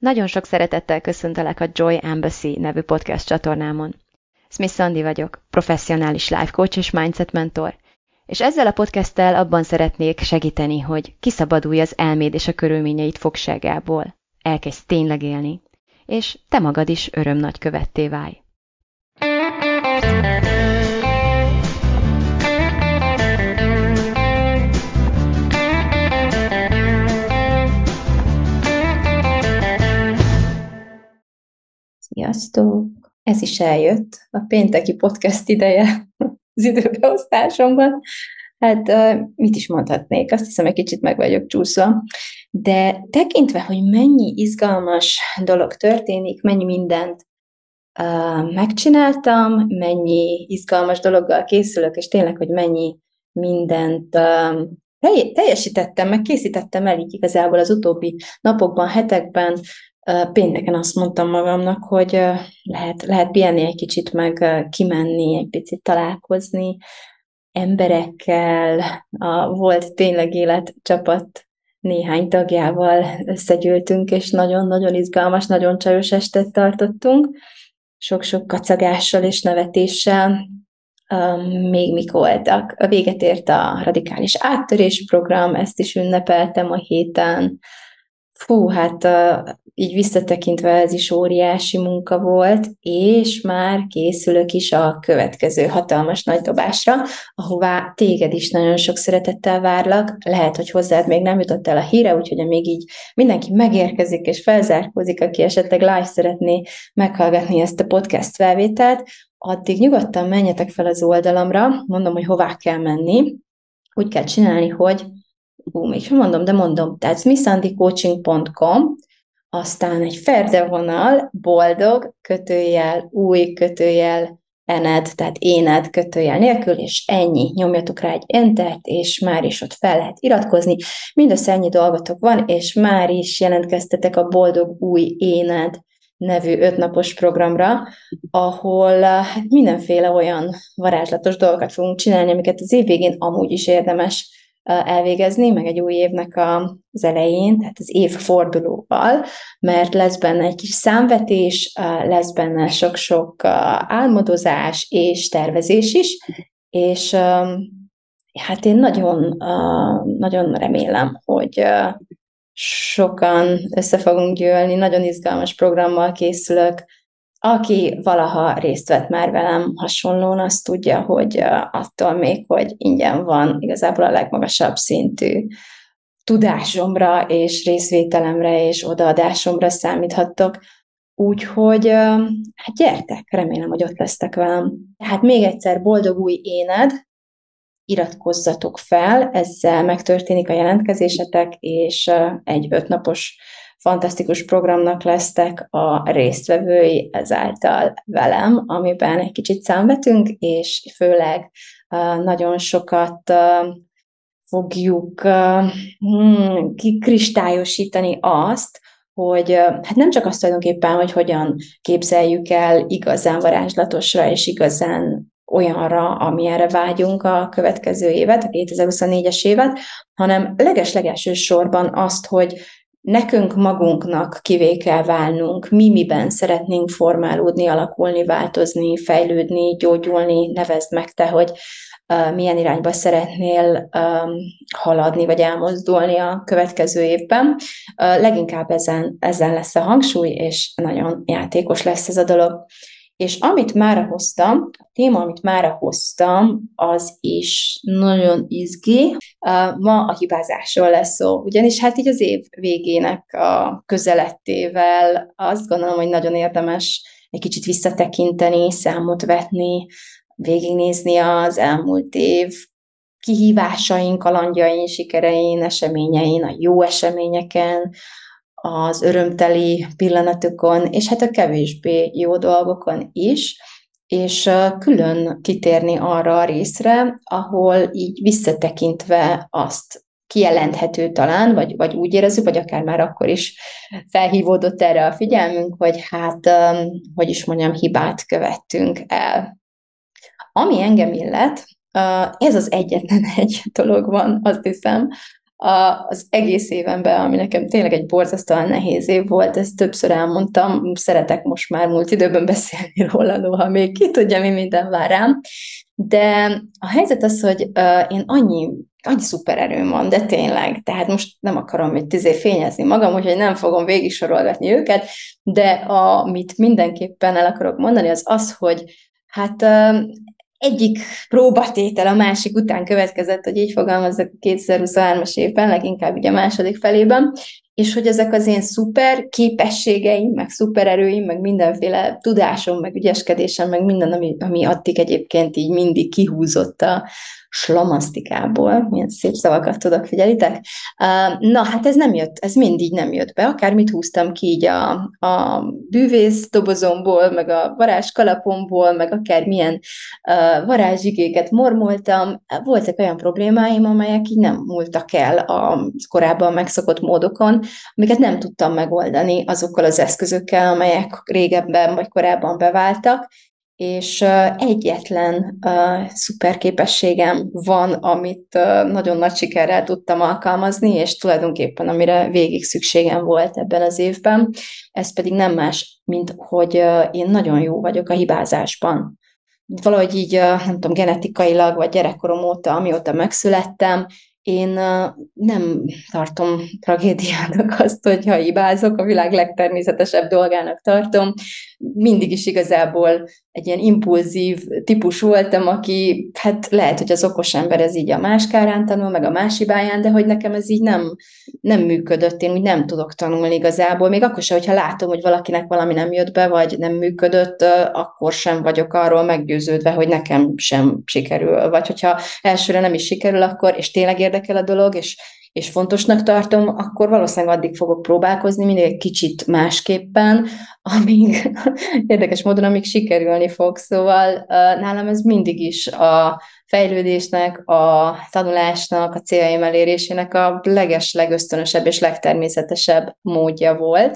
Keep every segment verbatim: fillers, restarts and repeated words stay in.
Nagyon sok szeretettel köszöntelek a Joy Embassy nevű podcast csatornámon. Smith Szandi vagyok, professzionális life coach és mindset mentor, és ezzel a podcasttel abban szeretnék segíteni, hogy kiszabadulj az elméd és a körülményeid fogságából, elkezdj tényleg élni, és te magad is öröm nagykövetté válj. Sziasztok! Ez is eljött, a pénteki podcast ideje az időbeosztásomban. Hát mit is mondhatnék, azt hiszem, egy kicsit meg vagyok csúszva, de tekintve, hogy mennyi izgalmas dolog történik, mennyi mindent uh, megcsináltam, mennyi izgalmas dologgal készülök, és tényleg, hogy mennyi mindent uh, teljesítettem, meg készítettem el így igazából az utóbbi napokban, hetekben. Pénteken azt mondtam magamnak, hogy lehet, lehet pihenni egy kicsit, meg kimenni, egy picit találkozni emberekkel. A volt tényleg életcsapat néhány tagjával összegyűltünk, és nagyon-nagyon izgalmas, nagyon csajos estet tartottunk. Sok-sok kacagással és nevetéssel. Még mik voltak. A véget ért a radikális áttörés program, ezt is ünnepeltem a héten. Fú, hát így visszatekintve ez is óriási munka volt, és már készülök is a következő hatalmas nagy dobásra, ahová téged is nagyon sok szeretettel várlak. Lehet, hogy hozzád még nem jutott el a híre, úgyhogy még így mindenki megérkezik és felzárkózik, aki esetleg live szeretné meghallgatni ezt a podcast felvételt, addig nyugodtan menjetek fel az oldalamra, mondom, hogy hová kell menni. Úgy kell csinálni, hogy Hú, még sem mondom, de mondom, tehát smith sandi coaching pont com, aztán egy ferdevonal, boldog, kötőjel, új kötőjel, ened, tehát éned kötőjel nélkül, és ennyi, nyomjatok rá egy entert, és már is ott fel lehet iratkozni, mindössze ennyi dolgotok van, és már is jelentkeztetek a Boldog Új Éned nevű ötnapos programra, ahol hát mindenféle olyan varázslatos dolgokat fogunk csinálni, amiket az év végén amúgy is érdemes elvégezni, meg egy új évnek az elején, tehát az évfordulóval, mert lesz benne egy kis számvetés, lesz benne sok-sok álmodozás és tervezés is, és hát én nagyon, nagyon remélem, hogy sokan össze fogunk gyűlni, nagyon izgalmas programmal készülök. Aki valaha részt vett már velem hasonlón, azt tudja, hogy attól még, hogy ingyen van igazából a legmagasabb szintű tudásomra és részvételemre és odaadásomra számíthattok. Úgyhogy hát gyertek, remélem, hogy ott lesztek velem. Hát még egyszer Boldog Új Éned, iratkozzatok fel, ezzel megtörténik a jelentkezésetek, és egy ötnapos fantasztikus programnak lesztek a résztvevői ezáltal velem, amiben egy kicsit számvetünk, és főleg uh, nagyon sokat uh, fogjuk uh, hmm, kikristályosítani azt, hogy uh, hát nem csak azt tulajdonképpen, hogy hogyan képzeljük el igazán varázslatosra és igazán olyanra, amilyenre vágyunk a következő évet, a kétezer-huszonnégyes évet, hanem leges-legelső sorban azt, hogy nekünk magunknak kivé kell válnunk, mi miben szeretnénk formálódni, alakulni, változni, fejlődni, gyógyulni, nevezd meg te, hogy uh, milyen irányba szeretnél um, haladni, vagy elmozdulni a következő évben. Uh, leginkább ezen, ezen lesz a hangsúly, és nagyon játékos lesz ez a dolog. És amit mára hoztam, a téma, amit mára hoztam, az is nagyon izgi. Ma a hibázásról lesz szó, ugyanis hát így az év végének a közelettével azt gondolom, hogy nagyon érdemes egy kicsit visszatekinteni, számot vetni, végignézni az elmúlt év kihívásain, kalandjain, sikerein, eseményein, a jó eseményeken, az örömteli pillanatokon, és hát a kevésbé jó dolgokon is, és külön kitérni arra a részre, ahol így visszatekintve azt kijelenthető talán, vagy, vagy úgy érezzük, vagy akár már akkor is felhívódott erre a figyelmünk, hogy hát, hogy is mondjam, hibát követtünk el. Ami engem illet, ez az egyetlen egy dolog van, azt hiszem, az egész évenben, ami nekem tényleg egy borzasztóan nehéz év volt, ezt többször elmondtam, szeretek most már múlt időben beszélni róla, noha még ki tudja, mi minden vár rám. De a helyzet az, hogy uh, én annyi, annyi szupererőm van, de tényleg, tehát most nem akarom itt izé fényezni magam, úgyhogy nem fogom végig sorolgatni őket, de amit mindenképpen el akarok mondani, az az, hogy hát uh, egyik próbatétel a másik után következett, hogy így fogalmazzak a kétezer-huszonhármas évben, leginkább ugye a második felében, és hogy ezek az én szuper képességeim, meg szupererőim, meg mindenféle tudásom, meg ügyeskedésem, meg minden, ami, ami addig egyébként így mindig kihúzott a slamasztikából, milyen szép szavakat tudok, figyelitek? Na, hát ez nem jött, ez mindig nem jött be, akármit húztam ki így a, a bűvész dobozomból, meg a varázskalapomból, meg akár milyen uh, varázsigéket mormoltam, voltak olyan problémáim, amelyek így nem múltak el a korábban megszokott módokon, amiket nem tudtam megoldani azokkal az eszközökkel, amelyek régebben vagy korábban beváltak, és uh, egyetlen uh, szuper képességem van, amit uh, nagyon nagy sikerrel tudtam alkalmazni, és tulajdonképpen amire végig szükségem volt ebben az évben, ez pedig nem más, mint hogy uh, én nagyon jó vagyok a hibázásban. Valahogy így, uh, nem tudom, genetikailag, vagy gyerekkorom óta, amióta megszülettem, én uh, nem tartom tragédiának azt, hogyha hibázok, a világ legtermészetesebb dolgának tartom. Mindig is igazából egy ilyen impulzív típus voltam, aki, hát lehet, hogy az okos ember ez így a más kárán tanul, meg a más hibáján, de hogy nekem ez így nem, nem működött, én úgy nem tudok tanulni igazából, még akkor sem, hogyha látom, hogy valakinek valami nem jött be, vagy nem működött, akkor sem vagyok arról meggyőződve, hogy nekem sem sikerül, vagy hogyha elsőre nem is sikerül, akkor, és tényleg érdekel a dolog, és és fontosnak tartom, akkor valószínűleg addig fogok próbálkozni, mindig egy kicsit másképpen, amíg érdekes módon, amíg sikerülni fog. Szóval nálam ez mindig is a fejlődésnek, a tanulásnak, a céljaim elérésének a leges, legösztönösebb és legtermészetesebb módja volt,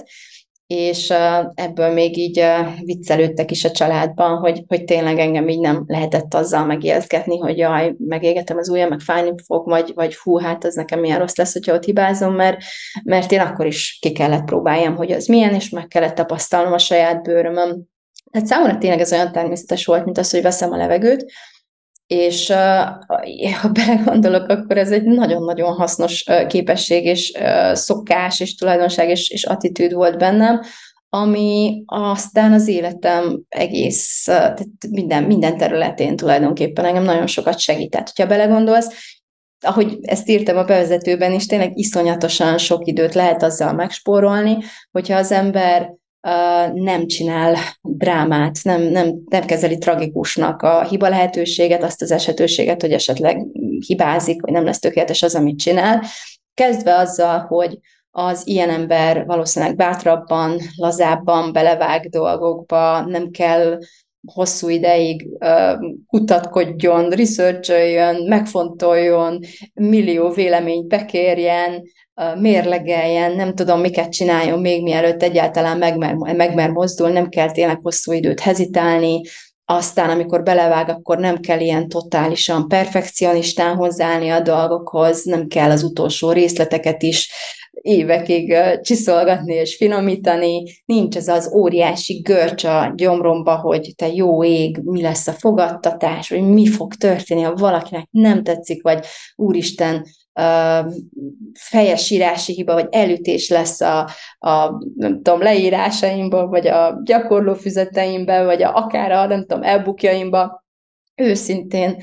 és ebből még így viccelődtek is a családban, hogy, hogy tényleg engem így nem lehetett azzal megijeszgetni, hogy jaj, megégetem az ujjam, meg fájni fog, vagy, vagy hú, hát az nekem milyen rossz lesz, hogyha ott hibázom, mert, mert én akkor is ki kellett próbáljam, hogy az milyen, és meg kellett tapasztalnom a saját bőrömön. Tehát számomra tényleg ez olyan természetes volt, mint az, hogy veszem a levegőt, és ha belegondolok, akkor ez egy nagyon-nagyon hasznos képesség, és szokás, és tulajdonság, és, és attitűd volt bennem, ami aztán az életem egész, tehát minden, minden területén tulajdonképpen engem nagyon sokat segített. Ha belegondolsz, ahogy ezt írtam a bevezetőben is, tényleg iszonyatosan sok időt lehet azzal megspórolni, hogyha az ember Uh, nem csinál drámát, nem, nem, nem kezeli tragikusnak a hiba lehetőséget, azt az esetőséget, hogy esetleg hibázik, vagy nem lesz tökéletes az, amit csinál. Kezdve azzal, hogy az ilyen ember valószínűleg bátrabban, lazábban belevág dolgokba, nem kell hosszú ideig uh, kutatkodjon, researcholjon, megfontoljon, millió véleményt bekérjen, mérlegeljen, nem tudom, miket csináljon még mielőtt egyáltalán megmer, megmer mozdul, nem kell tényleg hosszú időt hezitálni, aztán amikor belevág, akkor nem kell ilyen totálisan perfekcionistán hozzáállni a dolgokhoz, nem kell az utolsó részleteket is évekig csiszolgatni és finomítani, nincs ez az óriási görcs a gyomromba, hogy te jó ég, mi lesz a fogadtatás, vagy mi fog történni, ha valakinek nem tetszik, vagy úristen, Uh, fejes írási hiba, vagy elütés lesz a, a nem tudom, leírásaimban, vagy a gyakorlófüzeteimben, vagy a, akár a, nem tudom, e-bookjaimban. Őszintén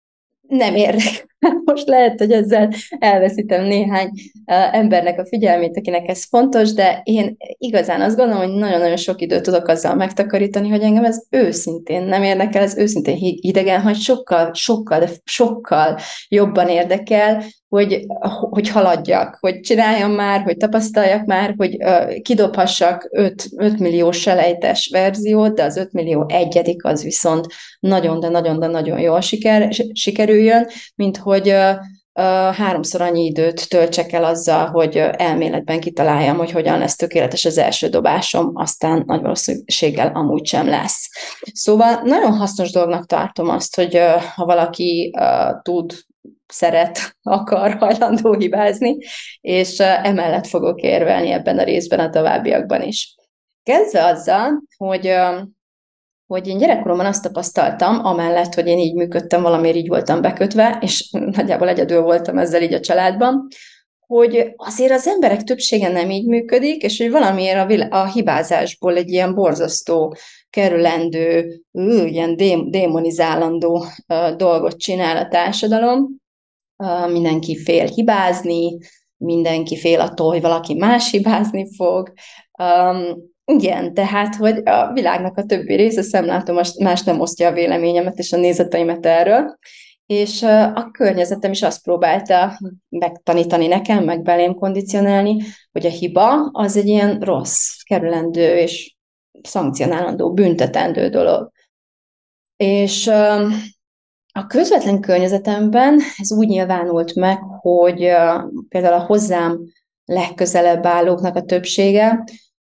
nem érdekel. Most lehet, hogy ezzel elveszítem néhány uh, embernek a figyelmét, akinek ez fontos, de én igazán azt gondolom, hogy nagyon-nagyon sok időt tudok azzal megtakarítani, hogy engem ez őszintén nem érdekel, ez őszintén idegen, hogy sokkal, sokkal, de sokkal jobban érdekel, hogy, hogy haladjak, hogy csináljam már, hogy tapasztaljak már, hogy uh, kidobhassak öt millió selejtes verziót, de az öt millió egyedik az viszont nagyon, de nagyon, de nagyon jól siker, sikerüljön, mint hogy uh, uh, háromszor annyi időt töltsek el azzal, hogy uh, elméletben kitaláljam, hogy hogyan lesz tökéletes az első dobásom, aztán nagy valószínűséggel amúgy sem lesz. Szóval nagyon hasznos dolognak tartom azt, hogy uh, ha valaki uh, tud szeret, akar, hajlandó hibázni, és emellett fogok érvelni ebben a részben a továbbiakban is. Kezdve azzal, hogy, hogy én gyerekkoromban azt tapasztaltam, amellett, hogy én így működtem, valamiért így voltam bekötve, és nagyjából egyedül voltam ezzel így a családban, hogy azért az emberek többsége nem így működik, és hogy valamiért a, vilá- a hibázásból egy ilyen borzasztó, kerülendő, ű, ilyen dé- démonizálandó uh, dolgot csinál a társadalom. Uh, mindenki fél hibázni, mindenki fél attól, hogy valaki más hibázni fog. Um, igen, tehát, hogy a világnak a többi része, szemlátom, más nem osztja a véleményemet és a nézeteimet erről, és a környezetem is azt próbálta megtanítani nekem, meg belém kondicionálni, hogy a hiba az egy ilyen rossz, kerülendő és szankcionálandó, büntetendő dolog. És a közvetlen környezetemben ez úgy nyilvánult meg, hogy például a hozzám legközelebb állóknak a többsége,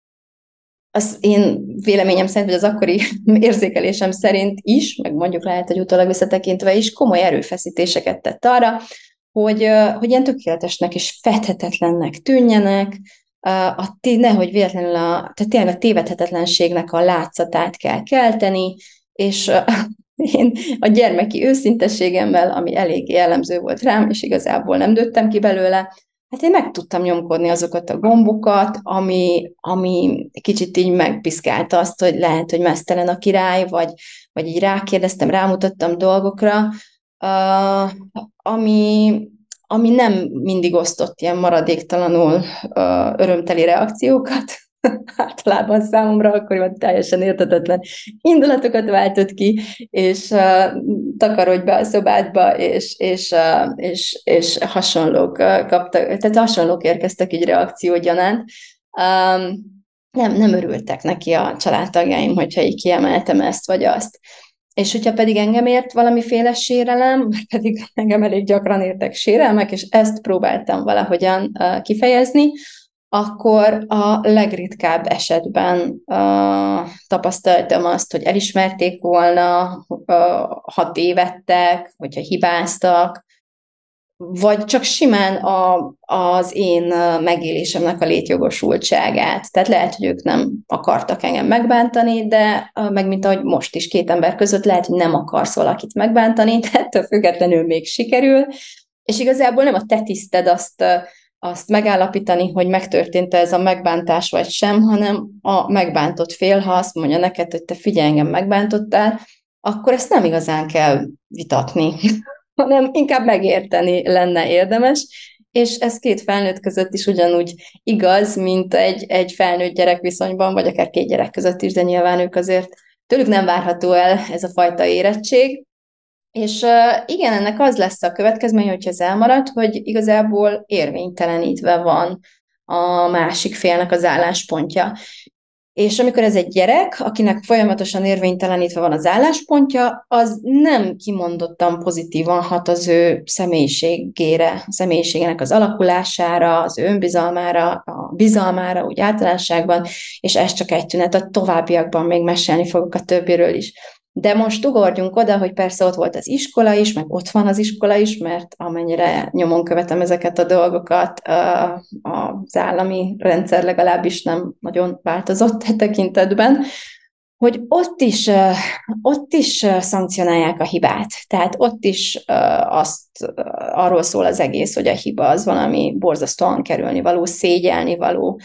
az én véleményem szerint, vagy az akkori érzékelésem szerint is, meg mondjuk lehet, hogy utólag visszatekintve is, komoly erőfeszítéseket tett arra, hogy, hogy ilyen tökéletesnek és fedhetetlennek tűnjenek, a, nehogy véletlenül a, tehát tényleg a tévedhetetlenségnek a látszatát kell kelteni, és én a gyermeki őszintességemmel, ami elég jellemző volt rám, és igazából nem dőttem ki belőle, hát én meg tudtam nyomkodni azokat a gombokat, ami, ami kicsit így megpiszkálta azt, hogy lehet, hogy meztelen a király, vagy, vagy így rákérdeztem, rámutattam dolgokra, uh, ami, ami nem mindig osztott ilyen maradéktalanul uh, örömteli reakciókat, általában számomra akkoriban teljesen érthetetlen indulatokat váltott ki, és uh, takarodj be a szobádba, és, és, uh, és, és hasonlók uh, kaptak, tehát hasonlók érkeztek így reakciógyanánt. Um, nem, nem örültek neki a családtagjaim, hogyha így kiemeltem ezt vagy azt. És hogyha pedig engem ért valamiféle sérelem, pedig engem elég gyakran értek sérelmek, és ezt próbáltam valahogyan uh, kifejezni, akkor a legritkább esetben uh, tapasztaltam azt, hogy elismerték volna, uh, ha tévedtek, hogyha hibáztak, vagy csak simán a, az én megélésemnek a létjogosultságát. Tehát lehet, hogy ők nem akartak engem megbántani, de uh, meg mint ahogy most is két ember között lehet, hogy nem akarsz valakit megbántani, de ettől függetlenül még sikerül, és igazából nem a te tiszted azt azt megállapítani, hogy megtörtént ez a megbántás vagy sem, hanem a megbántott fél, ha azt mondja neked, hogy te figyelj, engem megbántottál, akkor ezt nem igazán kell vitatni, hanem inkább megérteni lenne érdemes, és ez két felnőtt között is ugyanúgy igaz, mint egy, egy felnőtt gyerek viszonyban, vagy akár két gyerek között is, de nyilván ők azért tőlük nem várható el ez a fajta érettség. És uh, igen, ennek az lesz a következménye, hogyha ez elmarad, hogy igazából érvénytelenítve van a másik félnek az álláspontja. És amikor ez egy gyerek, akinek folyamatosan érvénytelenítve van az álláspontja, az nem kimondottan pozitívan hat az ő személyiségére, a személyiségének az alakulására, az ő önbizalmára, a bizalmára, úgy általánosságban, és ez csak egy tünet, a továbbiakban még mesélni fogok a többiről is. De most ugorjunk oda, hogy persze ott volt az iskola is, meg ott van az iskola is, mert amennyire nyomon követem ezeket a dolgokat, az állami rendszer legalábbis nem nagyon változott e tekintetben, hogy ott is, ott is szankcionálják a hibát. Tehát ott is azt, arról szól az egész, hogy a hiba az valami borzasztóan kerülni való, szégyelni való,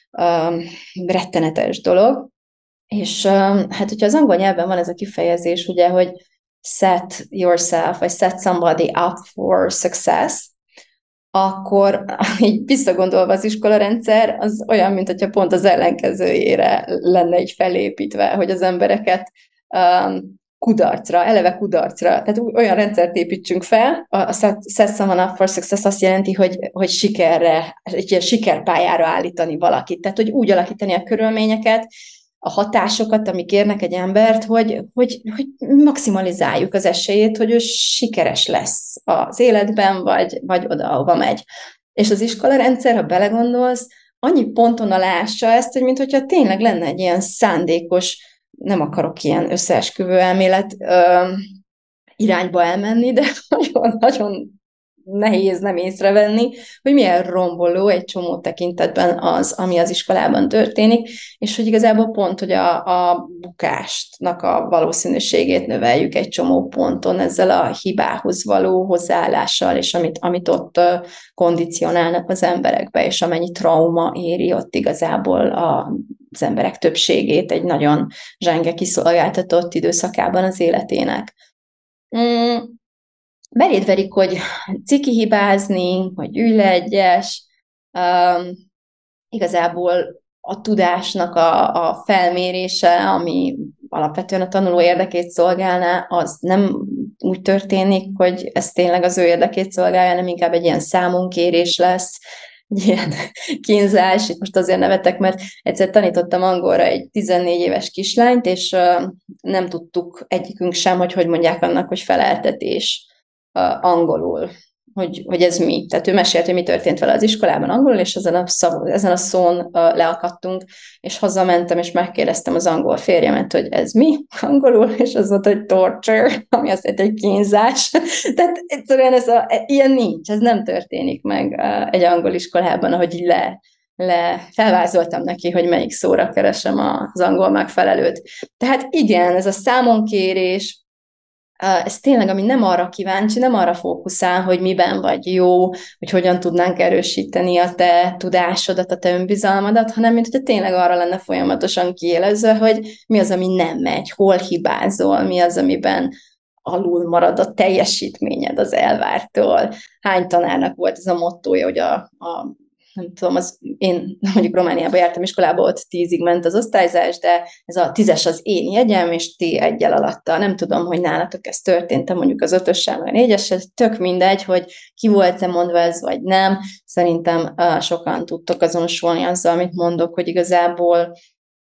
rettenetes dolog. És hát, hogyha az angol nyelven van ez a kifejezés, ugye, hogy set yourself, vagy set somebody up for success, akkor így visszagondolva az iskolarendszer, az olyan, mint hogyha pont az ellenkezőjére lenne így felépítve, hogy az embereket um, kudarcra, eleve kudarcra, tehát olyan rendszert építsünk fel, a set, set someone up for success azt jelenti, hogy, hogy sikerre, egy ilyen sikerpályára állítani valakit, tehát hogy úgy alakítani a körülményeket, a hatásokat, amik érnek egy embert, hogy, hogy, hogy maximalizáljuk az esélyét, hogy ő sikeres lesz az életben, vagy, vagy oda, ahova megy. És az iskolarendszer, ha belegondolsz, annyi ponton aláássa ezt, hogy mintha tényleg lenne egy ilyen szándékos, nem akarok ilyen összeesküvő elmélet ö, irányba elmenni, de nagyon, nagyon nehéz nem észrevenni, hogy milyen romboló egy csomó tekintetben az, ami az iskolában történik, és hogy igazából pont, hogy a, a bukástnak a valószínűségét növeljük egy csomó ponton ezzel a hibához való hozzáállással, és amit, amit ott kondicionálnak az emberekbe, és amennyi trauma éri ott igazából a, az emberek többségét egy nagyon zsenge kiszolgáltatott időszakában az életének. Mm. Beléd verik, hogy ciki hibázni, hogy ülj le egyes, um, igazából a tudásnak a, a felmérése, ami alapvetően a tanuló érdekét szolgálná, az nem úgy történik, hogy ez tényleg az ő érdekét szolgálja, hanem inkább egy ilyen számonkérés lesz, egy ilyen kínzás. Itt most azért nevetek, mert egyszer tanítottam angolra egy tizennégy éves kislányt, és uh, nem tudtuk egyikünk sem, hogy hogy mondják annak, hogy feleltetés uh, angolul, hogy, hogy ez mi. Tehát ő mesélt, hogy mi történt vele az iskolában angolul, és ezen a, szav, ezen a szón uh, leakadtunk, és hazamentem, és megkérdeztem az angol férjemet, hogy ez mi angolul, és az volt, hogy torture, ami azt jelenti, egy kínzás. Tehát egyszerűen ez a, ilyen nincs, ez nem történik meg uh, egy angol iskolában, ahogy így le, le felvázoltam neki, hogy melyik szóra keresem az angol megfelelőt. Tehát igen, ez a számonkérés, ez tényleg, ami nem arra kíváncsi, nem arra fókuszál, hogy miben vagy jó, hogy hogyan tudnánk erősíteni a te tudásodat, a te önbizalmadat, hanem mint hogy tényleg arra lenne folyamatosan kiélezve, hogy mi az, ami nem megy, hol hibázol, mi az, amiben alul marad a teljesítményed az elvártól. Hány tanárnak volt ez a mottója, hogy a, a nem tudom, az, én mondjuk Romániában jártam iskolába, ott tízig ment az osztályzás, de ez a tízes az én jegyem, és ti egyel alatta. Nem tudom, hogy nálatok ez történt, mondjuk az ötössel, vagy a négyessel, tök mindegy, hogy ki volt-e mondva ez, vagy nem. Szerintem uh, sokan tudtok azonosulni azzal, amit mondok, hogy igazából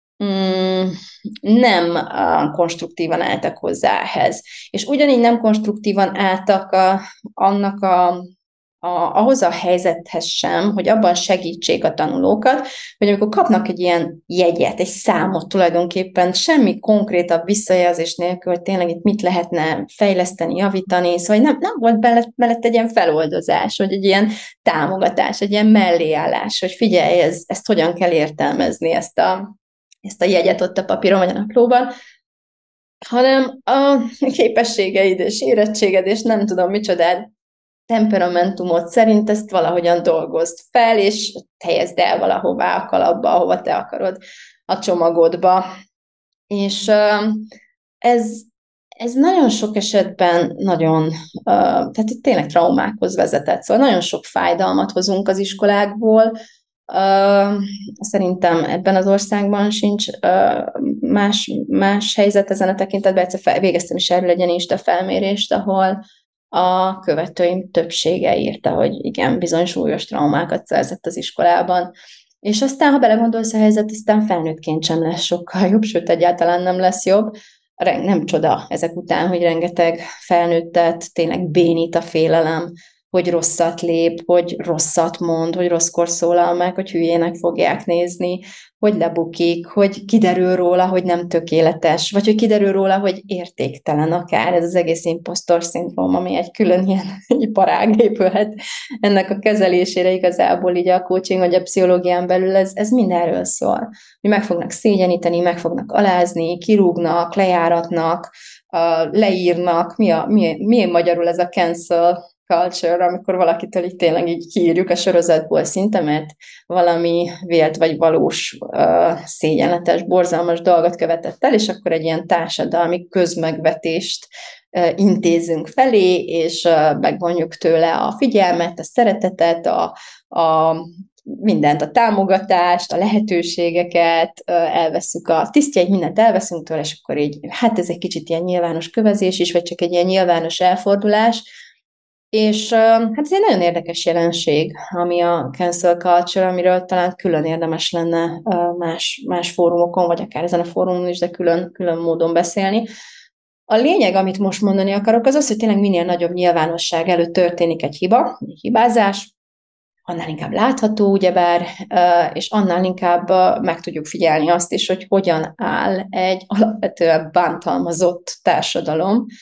mm, nem uh, konstruktívan álltak hozzá ehhez. És ugyanígy nem konstruktívan álltak a, annak a A, ahhoz a helyzethez sem, hogy abban segítsék a tanulókat, hogy amikor kapnak egy ilyen jegyet, egy számot tulajdonképpen semmi konkrétabb visszajelzés nélkül, hogy tényleg itt mit lehetne fejleszteni, javítani, szóval nem, nem volt mellett egy ilyen feloldozás, vagy egy ilyen támogatás, egy ilyen melléállás, hogy figyelj, ez, ezt hogyan kell értelmezni, ezt a, ezt a jegyet ott a papíron vagy a naplóban, hanem a képességeid és érettséged, és nem tudom micsodád, temperamentumod szerint ezt valahogyan dolgozd fel, és helyezd el valahová a kalapba, ahova te akarod, a csomagodba. És ez, ez nagyon sok esetben nagyon, tehát itt tényleg traumákhoz vezetett, szóval nagyon sok fájdalmat hozunk az iskolákból. Szerintem ebben az országban sincs más, más helyzet ezen a tekintetben. Egyszer végeztem is erről egy ilyen Insta felmérést, ahol a követőim többsége írta, hogy igen, bizony súlyos traumákat szerzett az iskolában. És aztán, ha belegondolsz a helyzet, aztán felnőttként sem lesz sokkal jobb, sőt, egyáltalán nem lesz jobb. Nem csoda ezek után, hogy rengeteg felnőttet tényleg bénít a félelem, hogy rosszat lép, hogy rosszat mond, hogy rosszkor szólal meg, hogy hülyének fogják nézni, hogy lebukik, hogy kiderül róla, hogy nem tökéletes, vagy hogy kiderül róla, hogy értéktelen akár. Ez az egész impostor szindróma, ami egy külön ilyen iparág épülhet ennek a kezelésére igazából így a coaching vagy a pszichológián belül, ez, ez mindenről szól. Hogy meg fognak szégyeníteni, meg fognak alázni, kirúgnak, lejáratnak, uh, leírnak, mi, a, mi, mi magyarul ez a cancel culture, amikor valakitől így tényleg így kiírjuk a sorozatból szinte, mert valami vélt vagy valós uh, szégyenletes, borzalmas dolgot követett el, és akkor egy ilyen társadalmi közmegvetést uh, intézünk felé, és uh, megvonjuk tőle a figyelmet, a szeretetet, a, a mindent, a támogatást, a lehetőségeket, uh, elveszünk a tisztjeit, mindent elveszünk tőle, és akkor így, hát ez egy kicsit ilyen nyilvános kövezés is, vagy csak egy ilyen nyilvános elfordulás. És hát ez egy nagyon érdekes jelenség, ami a cancel culture, amiről talán külön érdemes lenne más, más fórumokon, vagy akár ezen a fórumon is, de külön, külön módon beszélni. A lényeg, amit most mondani akarok, az az, hogy tényleg minél nagyobb nyilvánosság előtt történik egy hiba, egy hibázás, annál inkább látható, ugyebár, és annál inkább meg tudjuk figyelni azt is, hogy hogyan áll egy alapvetően bántalmazott társadalom,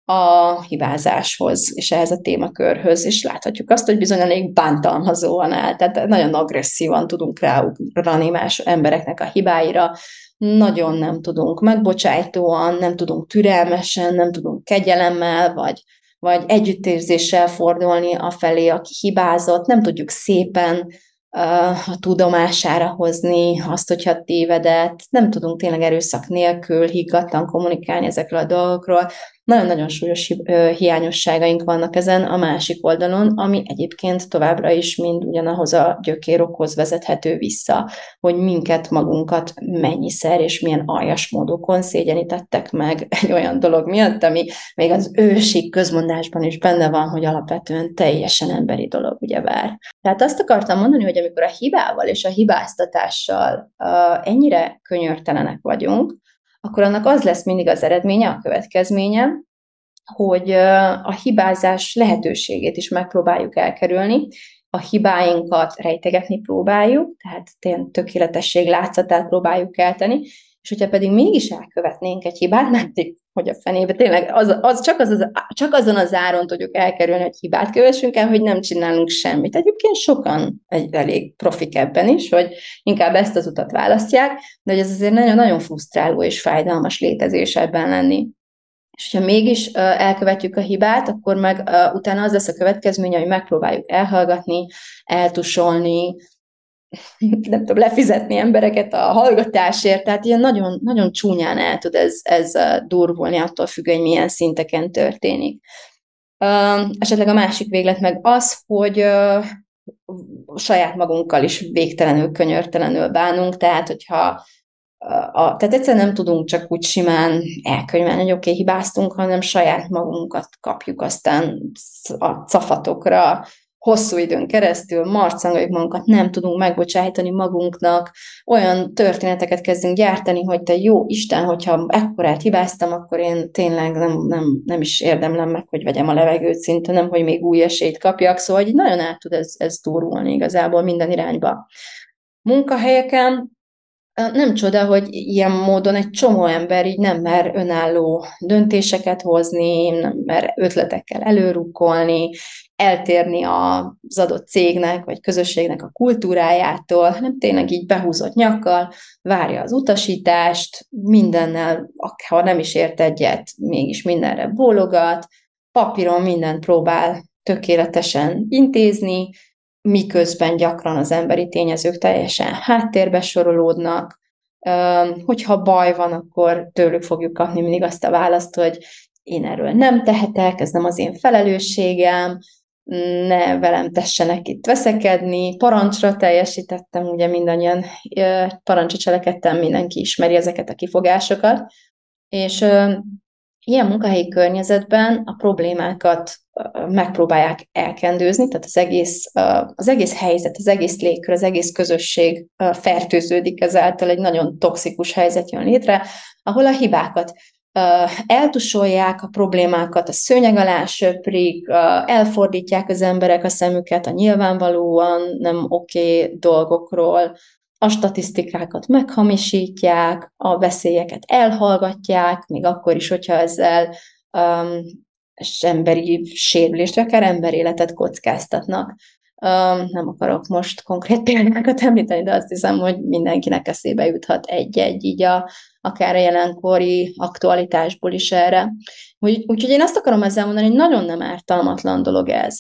a hibázáshoz, és ehhez a témakörhöz, és láthatjuk azt, hogy bizony elég bántalmazóan áll, tehát nagyon agresszívan tudunk ráugrani más embereknek a hibáira, nagyon nem tudunk megbocsájtóan, nem tudunk türelmesen, nem tudunk kegyelemmel, vagy, vagy együttérzéssel fordulni afelé, aki hibázott, nem tudjuk szépen a tudomására hozni azt, hogyha tévedett, nem tudunk tényleg erőszak nélkül higgadtan kommunikálni ezekről a dolgokról. Nagyon-nagyon súlyos hiányosságaink vannak ezen a másik oldalon, ami egyébként továbbra is mind ugyanahoz a gyökérokhoz vezethető vissza, hogy minket, magunkat mennyiszer és milyen aljas módokon szégyenítettek meg egy olyan dolog miatt, ami még az ősi közmondásban is benne van, hogy alapvetően teljesen emberi dolog, ugyebár. Tehát azt akartam mondani, hogy amikor a hibával és a hibáztatással uh, ennyire könyörtelenek vagyunk, akkor annak az lesz mindig az eredménye, a következménye, hogy uh, a hibázás lehetőségét is megpróbáljuk elkerülni, a hibáinkat rejtegetni próbáljuk, tehát tényleg tökéletesség látszatát próbáljuk kelteni, és hogyha pedig mégis elkövetnénk egy hibát, mert hogy a fenébe tényleg az, az, csak, az, az, csak azon az áron tudjuk elkerülni, hogy hibát kövessünk el, hogy nem csinálunk semmit. Egyébként sokan egy elég profik ebben is, hogy inkább ezt az utat választják, de hogy ez azért nagyon, nagyon frusztráló és fájdalmas létezés ebben lenni. És hogyha mégis uh, elkövetjük a hibát, akkor meg uh, utána az lesz a következménye, hogy megpróbáljuk elhallgatni, eltusolni, nem tudom, lefizetni embereket a hallgatásért, tehát ilyen nagyon, nagyon csúnyán el tud ez, ez durvulni, attól függ, hogy milyen szinteken történik. Uh, esetleg a másik véglet meg az, hogy uh, saját magunkkal is végtelenül, könyörtelenül bánunk, tehát hogyha uh, a, tehát egyszerűen nem tudunk csak úgy simán elkönyvelni, hogy oké, okay, hibáztunk, hanem saját magunkat kapjuk aztán a cafatokra, hosszú időn keresztül marcangoljuk magunkat, nem tudunk megbocsájtani magunknak, olyan történeteket kezdünk gyártani, hogy te jó Isten, hogyha ekkorát hibáztam, akkor én tényleg nem, nem, nem is érdemlem meg, hogy vegyem a levegőt szinte, nem, hogy még új esélyt kapjak, szóval hogy nagyon át tud ez, ez durulni igazából minden irányba. Munkahelyeken nem csoda, hogy ilyen módon egy csomó ember így nem mer önálló döntéseket hozni, nem mer ötletekkel előrukkolni, eltérni az adott cégnek vagy közösségnek a kultúrájától, hanem tényleg így behúzott nyakkal, várja az utasítást, mindennel, ha nem is ért egyet, mégis mindenre bólogat, papíron mindent próbál tökéletesen intézni, miközben gyakran az emberi tényezők teljesen háttérbe sorolódnak. Hogyha baj van, akkor tőlük fogjuk kapni mindig azt a választ, hogy én erről nem tehetek, ez nem az én felelősségem, ne velem tessenek itt veszekedni, parancsra teljesítettem, ugye mindannyian parancsra cselekedtem, mindenki ismeri ezeket a kifogásokat, és ilyen munkahelyi környezetben a problémákat megpróbálják elkendőzni, tehát az egész, az egész helyzet, az egész légkör, az egész közösség fertőződik ezáltal, egy nagyon toxikus helyzet jön létre, ahol a hibákat eltusolják, a problémákat a szőnyeg alá söprik, elfordítják az emberek a szemüket a nyilvánvalóan nem oké okay dolgokról, a statisztikákat meghamisítják, a veszélyeket elhallgatják, még akkor is, hogyha ezzel um, emberi sérülést, vagy akár emberéletet kockáztatnak. Um, nem akarok most konkrét példákat említeni, de azt hiszem, hogy mindenkinek eszébe juthat egy-egy, így a, akár a jelenkori aktualitásból is erre. Úgy, úgyhogy én azt akarom ezzel mondani, hogy nagyon nem ártalmatlan dolog ez.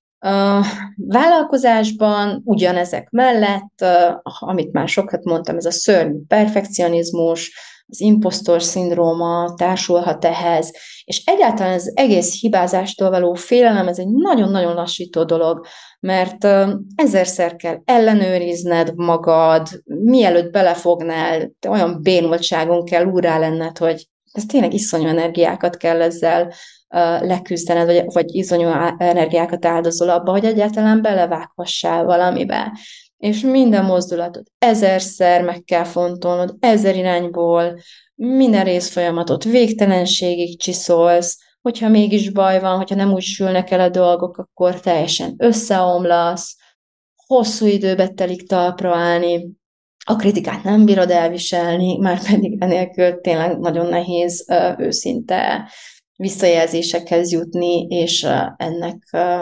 A vállalkozásban ugyanezek mellett, amit már sokat mondtam, ez a szörnyű perfekcionizmus, az imposztor szindróma társulhat ehhez, és egyáltalán az egész hibázástól való félelem, ez egy nagyon-nagyon lassító dolog, mert ezerszer kell ellenőrizned magad, mielőtt belefognál, olyan bénultságon kell úrrá lenned, hogy ez tényleg iszonyú energiákat kell ezzel leküzdened, vagy, vagy iszonyú energiákat áldozol abba, hogy egyáltalán belevághassál valamibe. És minden mozdulatot ezerszer meg kell fontolnod, ezer irányból, minden részfolyamatot végtelenségig csiszolsz, hogyha mégis baj van, hogyha nem úgy sülnek el a dolgok, akkor teljesen összeomlasz, hosszú időbe telik talpra állni, a kritikát nem bírod elviselni, már pedig enélkül tényleg nagyon nehéz őszinte visszajelzésekhez jutni, és ennek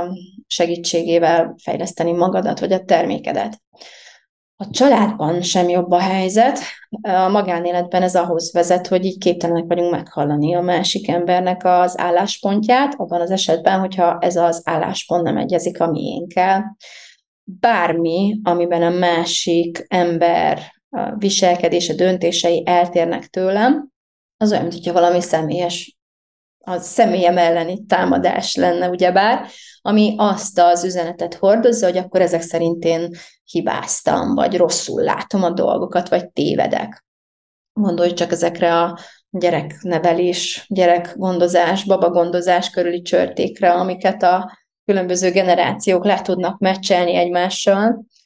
segítségével fejleszteni magadat, vagy a termékedet. A családban sem jobb a helyzet, a magánéletben ez ahhoz vezet, hogy így képtelenek vagyunk meghallani a másik embernek az álláspontját, abban az esetben, hogyha ez az álláspont nem egyezik a miénkkel. Bármi, amiben a másik ember viselkedése, döntései eltérnek tőlem, az olyan, mintha valami személyes, a személyem elleni támadás lenne, ugyebár, ami azt az üzenetet hordozza, hogy akkor ezek szerint én hibáztam, vagy rosszul látom a dolgokat, vagy tévedek. Gondolj csak ezekre a gyereknevelés, gyerekgondozás, babagondozás körüli csörtékre, amiket a különböző generációk le tudnak meccselni egymással.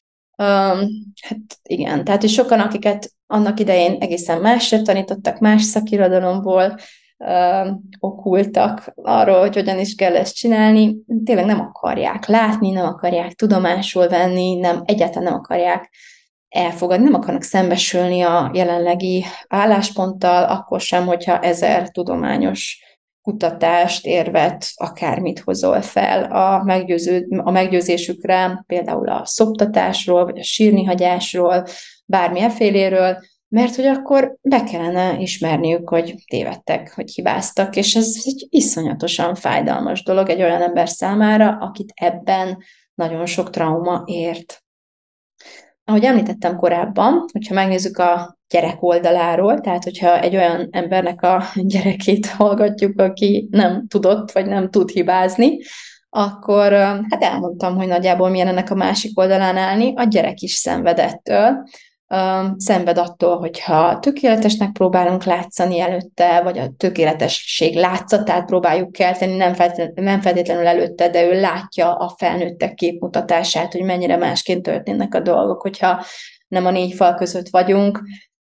Um, hát igen, tehát is sokan, akiket annak idején egészen másra tanítottak, más szakirodalomból um, okultak arról, hogy hogyan is kell ezt csinálni, tényleg nem akarják látni, nem akarják tudomásul venni, nem, egyáltalán nem akarják elfogadni, nem akarnak szembesülni a jelenlegi állásponttal, akkor sem, hogyha ezer tudományos kutatást, érvet, akármit hozol fel a, meggyőző, a meggyőzésükre, például a szoptatásról, vagy a sírnihagyásról, bármilyen féléről, mert hogy akkor be kellene ismerniük, hogy tévedtek, hogy hibáztak, és ez egy iszonyatosan fájdalmas dolog egy olyan ember számára, akit ebben nagyon sok trauma ért. Ahogy említettem korábban, hogyha megnézzük a gyerek oldaláról, tehát hogyha egy olyan embernek a gyerekét hallgatjuk, aki nem tudott, vagy nem tud hibázni, akkor hát elmondtam, hogy nagyjából milyen ennek a másik oldalán állni, a gyerek is szenved ettől. Szenved attól, hogyha tökéletesnek próbálunk látszani előtte, vagy a tökéletesség látszatát próbáljuk kelteni, nem feltétlenül, nem feltétlenül előtte, de ő látja a felnőttek képmutatását, hogy mennyire másként történnek a dolgok, hogyha nem a négy fal között vagyunk.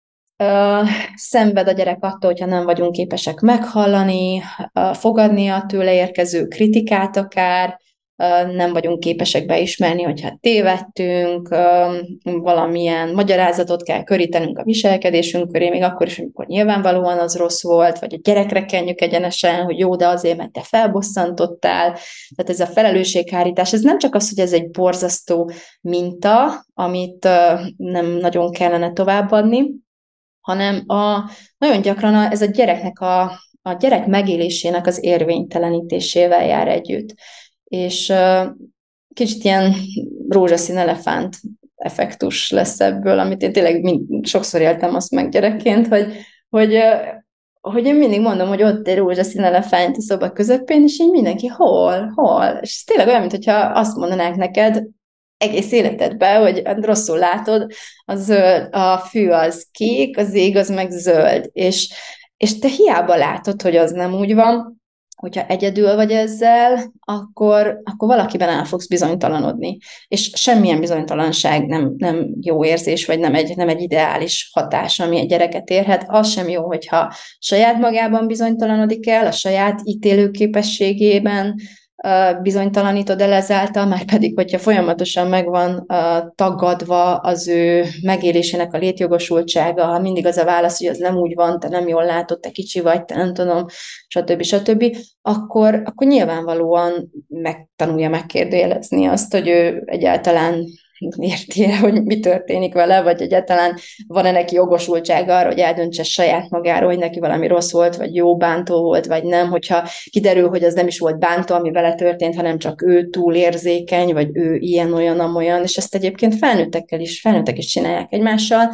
Szenved a gyerek attól, hogyha nem vagyunk képesek meghallani, fogadni a tőle érkező kritikát akár, nem vagyunk képesek beismerni, hogyha tévedtünk, valamilyen magyarázatot kell körítenünk a viselkedésünk köré, még akkor is, amikor nyilvánvalóan az rossz volt, vagy a gyerekre kenjük egyenesen, hogy jó, de azért, mert te felbosszantottál. Tehát ez a felelősséghárítás, ez nem csak az, hogy ez egy borzasztó minta, amit nem nagyon kellene továbbadni, hanem a, nagyon gyakran a, ez a gyereknek a, a gyerek megélésének az érvénytelenítésével jár együtt. És uh, kicsit ilyen rózsaszín elefánt effektus lesz ebből, amit én tényleg mind, sokszor éltem azt meg gyerekként, hogy, hogy, uh, hogy én mindig mondom, hogy ott egy rózsaszín elefánt a szoba közepén, és így mindenki hol, hol. És ez tényleg olyan, mintha azt mondanák neked egész életedben, hogy rosszul látod, a, zöld, a fű az kék, az ég az meg zöld, és, és te hiába látod, hogy az nem úgy van, hogyha egyedül vagy ezzel, akkor, akkor valakiben el fogsz bizonytalanodni. És semmilyen bizonytalanság nem, nem jó érzés, vagy nem egy, nem egy ideális hatás, ami egy gyereket érhet. Az sem jó, hogyha saját magában bizonytalanodik el, a saját ítélőképességében bizonytalanítod el ezáltal, már pedig, hogyha folyamatosan megvan tagadva az ő megélésének a létjogosultsága, ha mindig az a válasz, hogy az nem úgy van, te nem jól látod, te kicsi vagy, te nem tudom, stb. stb., akkor, akkor nyilvánvalóan megtanulja megkérdőjelezni azt, hogy ő egyáltalán érti-e, hogy mi történik vele, vagy egyáltalán van-e neki jogosultsága arra, hogy eldöntse saját magáról, hogy neki valami rossz volt, vagy jó bántó volt, vagy nem, hogyha kiderül, hogy az nem is volt bántó, ami vele történt, hanem csak ő túl érzékeny, vagy ő ilyen, olyan, amolyan, és ezt egyébként felnőttekkel is, felnőttek is csinálják egymással.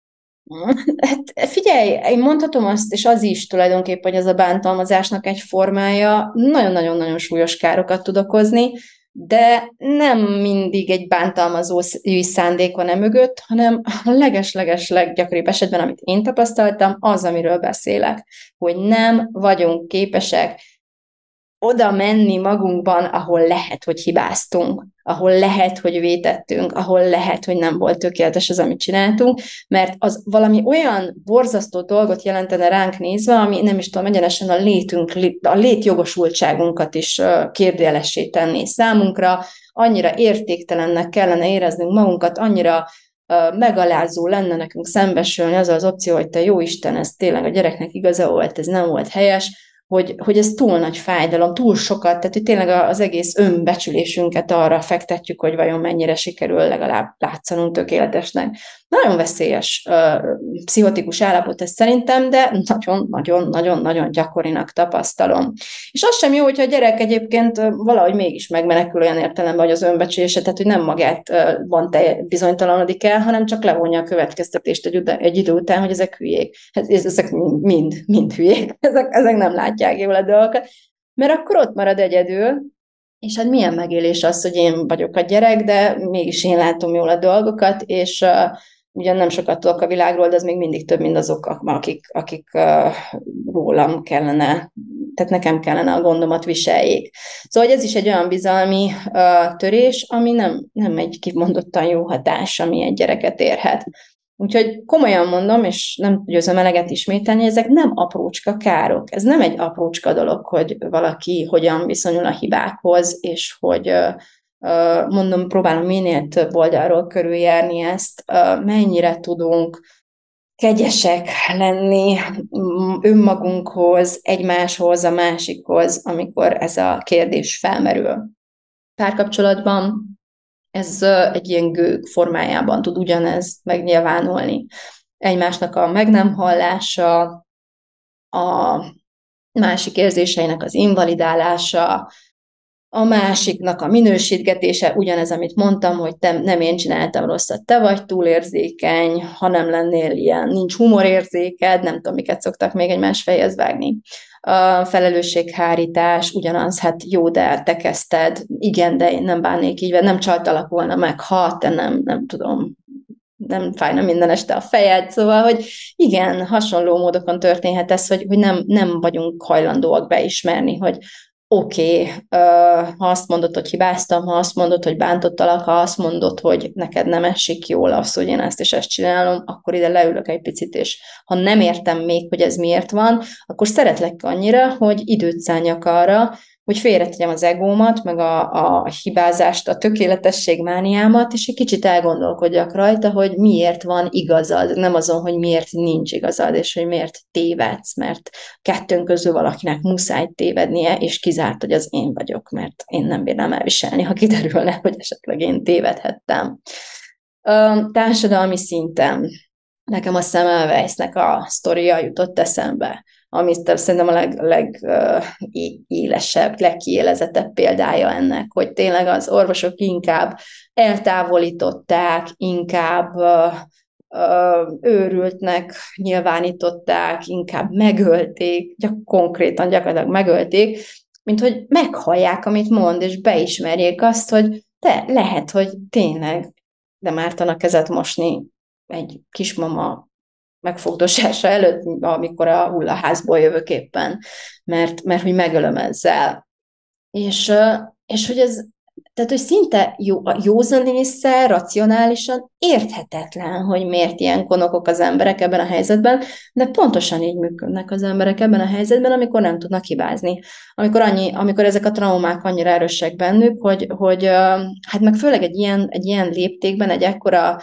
Hát figyelj, én mondhatom azt, és az is tulajdonképpen, hogy ez a bántalmazásnak egy formája nagyon-nagyon-nagyon súlyos károkat tud okozni, de nem mindig egy bántalmazó szándék van e mögött, hanem a leges-leges leggyakoribb esetben, amit én tapasztaltam, az, amiről beszélek, hogy nem vagyunk képesek oda menni magunkban, ahol lehet, hogy hibáztunk, ahol lehet, hogy vétettünk, ahol lehet, hogy nem volt tökéletes az, amit csináltunk, mert az valami olyan borzasztó dolgot jelentene ránk nézve, ami nem is tudom, egyenesen a létünk, a létjogosultságunkat is kérdőjelessé tenné számunkra, annyira értéktelennek kellene éreznünk magunkat, annyira megalázó lenne nekünk szembesülni azzal az opció, hogy te jó Isten, ez tényleg a gyereknek igaza volt, ez nem volt helyes, hogy, hogy ez túl nagy fájdalom, túl sokat, tehát hogy tényleg az egész önbecsülésünket arra fektetjük, hogy vajon mennyire sikerül legalább látszanunk tökéletesnek. Nagyon veszélyes uh, pszichotikus állapot ez szerintem, de nagyon-nagyon-nagyon-nagyon gyakorinak tapasztalom. És az sem jó, hogyha a gyerek egyébként valahogy mégis megmenekül olyan értelemben, hogy az önbecsülése, tehát hogy nem magát uh, van te bizonytalanodik el, hanem csak levonja a következtetést egy, egy idő után, hogy ezek hülyék. Hát ezek mind, mind hülyék, ezek, ezek nem látják jól a dolgokat, mert akkor ott marad egyedül, és hát milyen megélés az, hogy én vagyok a gyerek, de mégis én látom jól a dolgokat, és uh, ugyan nem sokat tudok a világról, de az még mindig több, mint azok, akik, akik uh, rólam kellene, tehát nekem kellene a gondomat viseljék. Szóval ez is egy olyan bizalmi uh, törés, ami nem, nem egy kimondottan jó hatás, ami egy gyereket érhet. Úgyhogy komolyan mondom, és nem győzöm eleget ismételni, ezek nem aprócska károk. Ez nem egy aprócska dolog, hogy valaki hogyan viszonyul a hibákhoz, és hogy mondom, próbálom minél több oldalról körüljárni ezt, mennyire tudunk kegyesek lenni önmagunkhoz, egymáshoz, a másikhoz, amikor ez a kérdés felmerül. Párkapcsolatban ez egy ilyen gőg formájában tud ugyanez megnyilvánulni. Egymásnak a meg nem hallása, a másik érzéseinek az invalidálása, a másiknak a minősítgetése, ugyanez, amit mondtam, hogy te, nem én csináltam rosszat, te vagy túlérzékeny, ha nem lennél ilyen, nincs humorérzéked, nem tudom, miket szoktak még egymás fejhez vágni. A felelősséghárítás, ugyanaz, hát jó, de te kezdted, igen, de én nem bánnék így, nem csaltalak volna meg, ha te nem, nem tudom, nem fájna minden este a fejed, szóval, hogy igen, hasonló módokon történhet ez, hogy, hogy nem, nem vagyunk hajlandóak beismerni, hogy oké, okay, ha azt mondod, hogy hibáztam, ha azt mondod, hogy bántottalak, ha azt mondod, hogy neked nem esik jól az, hogy én ezt és ezt csinálom, akkor ide leülök egy picit, és ha nem értem még, hogy ez miért van, akkor szeretlek annyira, hogy időt szálljak arra, hogy félretegyem az egómat, meg a, a hibázást, a tökéletesség mániámat, és egy kicsit elgondolkodjak rajta, hogy miért van igazad, nem azon, hogy miért nincs igazad, és hogy miért tévedsz, mert kettőnk közül valakinek muszáj tévednie, és kizárt, hogy az én vagyok, mert én nem bírnám elviselni, ha kiderülne, hogy esetleg én tévedhettem. A társadalmi szinten nekem a Semmelweisnek a sztoria jutott eszembe, ami szerintem a leg, legélesebb, legkiélezettebb példája ennek, hogy tényleg az orvosok inkább eltávolították, inkább uh, uh, őrültnek nyilvánították, inkább megölték, gyak, konkrétan gyakorlatilag megölték, mint hogy meghallják, amit mond, és beismerjék azt, hogy te lehet, hogy tényleg nem ártana kezet mosni egy kismama megfogdosása előtt, amikor a hullaházból jövök éppen, mert, mert hogy megölöm ezzel. És, és hogy ez, tehát, hogy szinte jó, józan észre, racionálisan érthetetlen, hogy miért ilyen konokok az emberek ebben a helyzetben, de pontosan így működnek az emberek ebben a helyzetben, amikor nem tudnak hibázni. Amikor, annyi, amikor ezek a traumák annyira erősek bennük, hogy, hogy hát meg főleg egy ilyen, egy ilyen léptékben, egy ekkora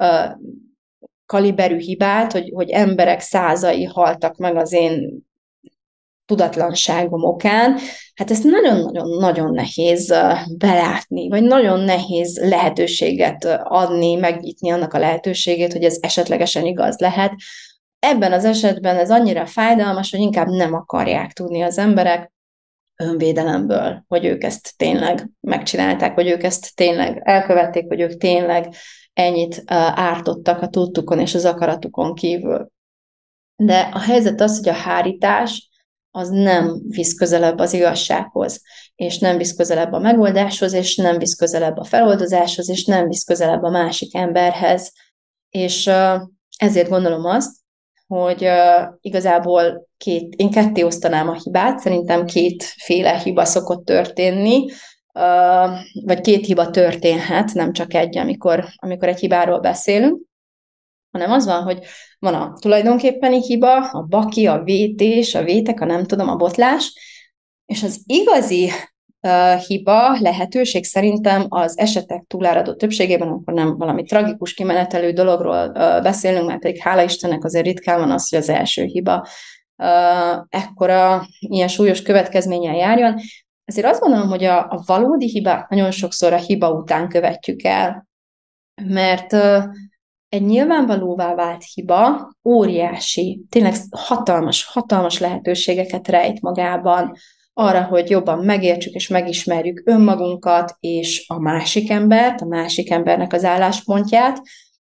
kaliberű hibát, hogy, hogy emberek százai haltak meg az én tudatlanságom okán, hát ezt nagyon-nagyon-nagyon nehéz belátni, vagy nagyon nehéz lehetőséget adni, megnyitni annak a lehetőségét, hogy ez esetlegesen igaz lehet. Ebben az esetben ez annyira fájdalmas, hogy inkább nem akarják tudni az emberek önvédelemből, hogy ők ezt tényleg megcsinálták, hogy ők ezt tényleg elkövették, hogy ők tényleg ennyit ártottak a tudtukon és az akaratukon kívül. De a helyzet az, hogy a hárítás az nem visz közelebb az igazsághoz, és nem visz közelebb a megoldáshoz, és nem visz közelebb a feloldozáshoz, és nem visz közelebb a másik emberhez. És ezért gondolom azt, hogy igazából két, én ketté osztanám a hibát, szerintem kétféle hiba szokott történni, vagy két hiba történhet, nem csak egy, amikor, amikor egy hibáról beszélünk, hanem az van, hogy van a tulajdonképpeni hiba, a baki, a vétés, a vétek, a nem tudom, a botlás, és az igazi uh, hiba lehetőség szerintem az esetek túláradó többségében, amikor nem valami tragikus kimenetelő dologról uh, beszélünk, mert pedig hála Istennek azért ritkán van az, hogy az első hiba uh, ekkora ilyen súlyos következménnyel járjon. Ezért azt gondolom, hogy a, a valódi hibát nagyon sokszor a hiba után követjük el, mert uh, egy nyilvánvalóvá vált hiba óriási, tényleg hatalmas, hatalmas lehetőségeket rejt magában arra, hogy jobban megértsük és megismerjük önmagunkat és a másik embert, a másik embernek az álláspontját,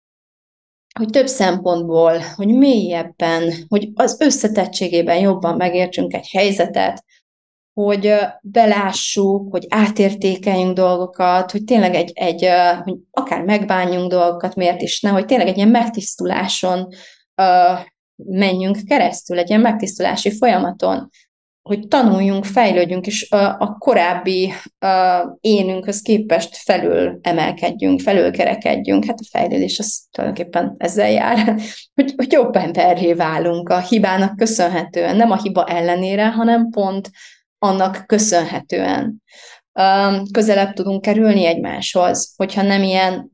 hogy több szempontból, hogy mélyebben, hogy az összetettségében jobban megértsünk egy helyzetet, hogy belássuk, hogy átértékeljünk dolgokat, hogy tényleg egy, egy hogy akár megbánjunk dolgokat, miért is ne, hogy tényleg egy ilyen megtisztuláson uh, menjünk keresztül, egy ilyen megtisztulási folyamaton, hogy tanuljunk, fejlődjünk, és a, a korábbi a énünkhöz képest felül emelkedjünk, felülkerekedjünk. Hát a fejlődés az tulajdonképpen ezzel jár, hogy, hogy jobb emberré válunk a hibának köszönhetően, nem a hiba ellenére, hanem pont annak köszönhetően. Közelebb tudunk kerülni egymáshoz, hogyha nem ilyen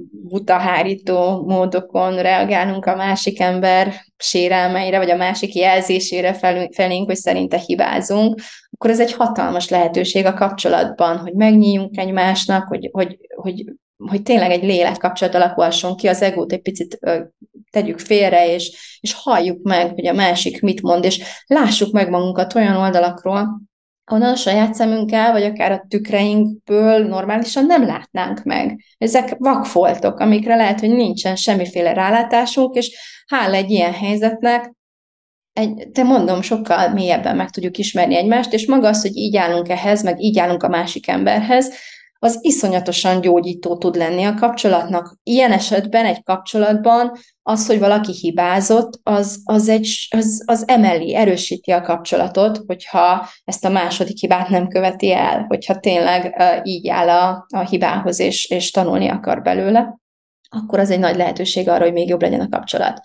butahárító módokon reagálunk a másik ember sérelmeire, vagy a másik jelzésére felénk, hogy szerinte hibázunk, akkor ez egy hatalmas lehetőség a kapcsolatban, hogy megnyíljunk egymásnak, hogy, hogy, hogy, hogy tényleg egy lélekkapcsolat alakulhasson ki, az egót egy picit tegyük félre, és, és halljuk meg, hogy a másik mit mond, és lássuk meg magunkat olyan oldalakról, onnan a saját szemünkkel, vagy akár a tükreinkből normálisan nem látnánk meg. Ezek vakfoltok, amikre lehet, hogy nincsen semmiféle rálátásunk, és hála egy ilyen helyzetnek, egy, te mondom, sokkal mélyebben meg tudjuk ismerni egymást, és maga az, hogy így állunk ehhez, meg így állunk a másik emberhez, az iszonyatosan gyógyító tud lenni a kapcsolatnak. Ilyen esetben egy kapcsolatban az, hogy valaki hibázott, az, az, egy, az, az emeli, erősíti a kapcsolatot, hogyha ezt a második hibát nem követi el, hogyha tényleg uh, így áll a, a hibához, és, és tanulni akar belőle, akkor az egy nagy lehetőség arra, hogy még jobb legyen a kapcsolat.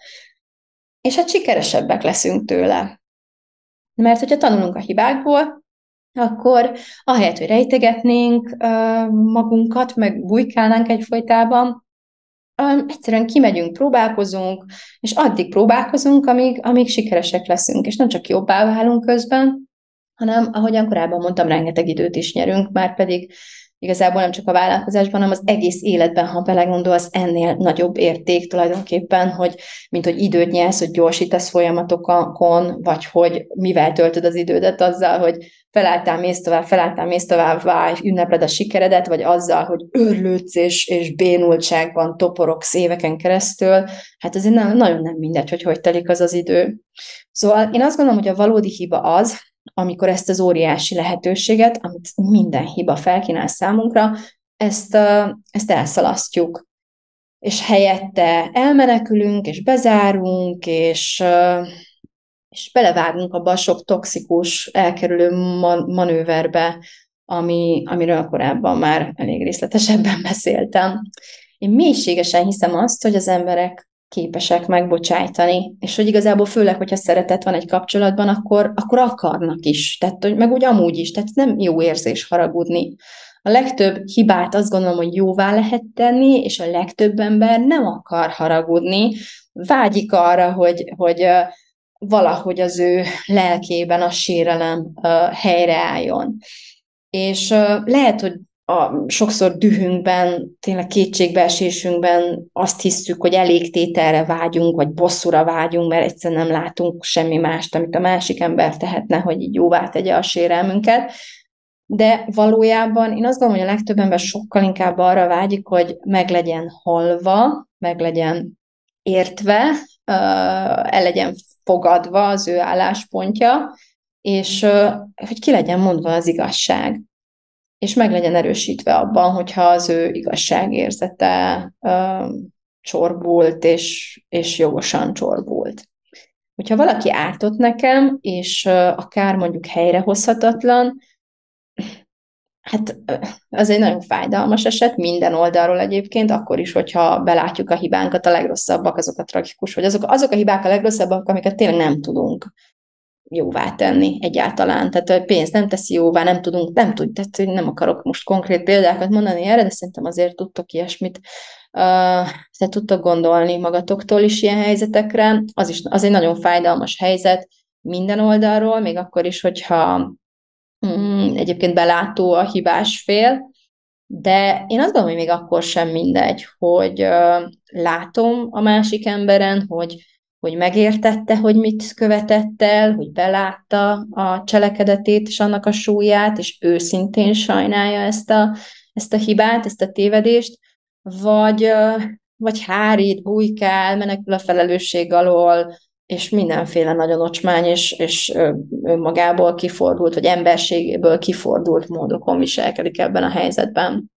És hát sikeresebbek leszünk tőle. Mert hogyha tanulunk a hibákból, akkor ahelyett, hogy rejtegetnénk uh, magunkat, meg bujkálnánk egyfolytában, um, egyszerűen kimegyünk, próbálkozunk, és addig próbálkozunk, amíg, amíg sikeresek leszünk, és nem csak jobbá válunk közben, hanem, ahogyan korábban mondtam, rengeteg időt is nyerünk, már pedig igazából nem csak a vállalkozásban, hanem az egész életben, ha belegondolsz, ennél nagyobb érték tulajdonképpen, hogy mint hogy időt nyersz, hogy gyorsítasz folyamatokon, vagy hogy mivel töltöd az idődet azzal, hogy felálltál, mész tovább, felálltál, mész tovább, vagy ünnepled a sikeredet, vagy azzal, hogy őrlődsz és, és bénultságban toporogsz éveken keresztül, hát azért nem, nagyon nem mindegy, hogy hogy telik az az idő. Szóval én azt gondolom, hogy a valódi hiba az, amikor ezt az óriási lehetőséget, amit minden hiba felkínál számunkra, ezt, ezt elszalasztjuk. És helyette elmenekülünk, és bezárunk, és, és belevágunk abba a sok toxikus, elkerülő man- manőverbe, ami, amiről korábban már elég részletesebben beszéltem. Én mélységesen hiszem azt, hogy az emberek képesek megbocsájtani, és hogy igazából főleg, hogyha szeretet van egy kapcsolatban, akkor, akkor akarnak is, tehát meg úgy amúgy is, tehát nem jó érzés haragudni. A legtöbb hibát azt gondolom, hogy jóvá lehet tenni, és a legtöbb ember nem akar haragudni, vágyik arra, hogy, hogy valahogy az ő lelkében a sérelem helyreálljon. És lehet, hogy a sokszor dühünkben, tényleg kétségbeesésünkben azt hiszük, hogy elégtételre vágyunk, vagy bosszúra vágyunk, mert egyszerűen nem látunk semmi mást, amit a másik ember tehetne, hogy így jóvá tegye a sérelmünket. De valójában én azt gondolom, hogy a legtöbb ember sokkal inkább arra vágyik, hogy meg legyen halva, meg legyen értve, el legyen fogadva az ő álláspontja, és hogy ki legyen mondva az igazság. És meg legyen erősítve abban, hogyha az ő igazságérzete ö, csorbult, és, és jogosan csorbult. Hogyha valaki ártott nekem, és ö, akár mondjuk helyrehozhatatlan, hát az egy nagyon fájdalmas eset, minden oldalról egyébként, akkor is, hogyha belátjuk a hibánkat, a legrosszabbak, azok a tragikus, vagy azok, azok a hibák a legrosszabbak, amiket tényleg nem tudunk jóvá tenni egyáltalán. Tehát a pénzt nem teszi jóvá, nem tudunk, nem tud, tehát nem akarok most konkrét példákat mondani erre, de szerintem azért tudtok ilyesmit, uh, te tudtok gondolni magatoktól is ilyen helyzetekre. Az is az egy nagyon fájdalmas helyzet, minden oldalról, még akkor is, hogyha mm, egyébként belátó a hibás fél, de én azt gondolom, hogy még akkor sem mindegy, hogy uh, látom a másik emberen, hogy, hogy megértette, hogy mit követett el, hogy belátta a cselekedetét és annak a súlyát, és őszintén sajnálja ezt a, ezt a hibát, ezt a tévedést, vagy, uh, vagy hárít, bujkál, menekül a felelősség alól, és mindenféle nagyon ocsmány és, és önmagából kifordult, vagy emberségéből kifordult módokon viselkedik ebben a helyzetben.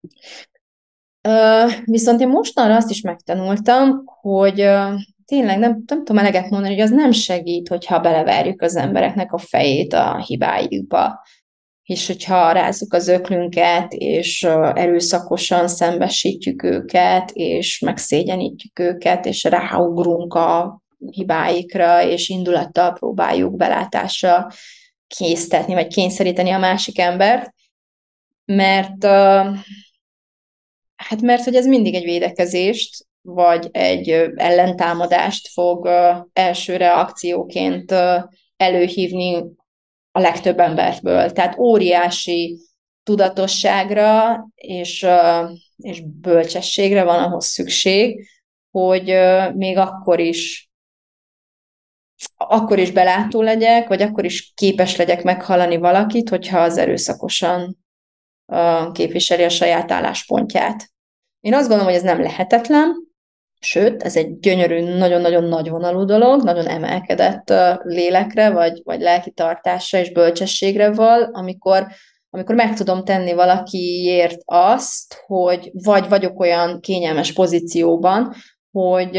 Uh, viszont én mostanra azt is megtanultam, hogy uh, tényleg nem, nem tudom eleget mondani, hogy az nem segít, hogyha beleverjük az embereknek a fejét a hibáikba, és hogyha rázzuk az öklünket, és uh, erőszakosan szembesítjük őket, és megszégyenítjük őket, és ráugrunk a hibáikra, és indulattal próbáljuk belátásra késztetni, vagy kényszeríteni a másik embert, mert uh, Hát mert, hogy ez mindig egy védekezést, vagy egy ellentámadást fog első reakcióként előhívni a legtöbb emberből. Tehát óriási tudatosságra és, és bölcsességre van ahhoz szükség, hogy még akkor is akkor is belátó legyek, vagy akkor is képes legyek meghallani valakit, hogyha az erőszakosan képviseli a saját álláspontját. Én azt gondolom, hogy ez nem lehetetlen, sőt, ez egy gyönyörű, nagyon-nagyon nagyvonalú dolog, nagyon emelkedett lélekre, vagy, vagy lelki tartásra és bölcsességre val, amikor, amikor meg tudom tenni valakiért azt, hogy vagy vagyok olyan kényelmes pozícióban, hogy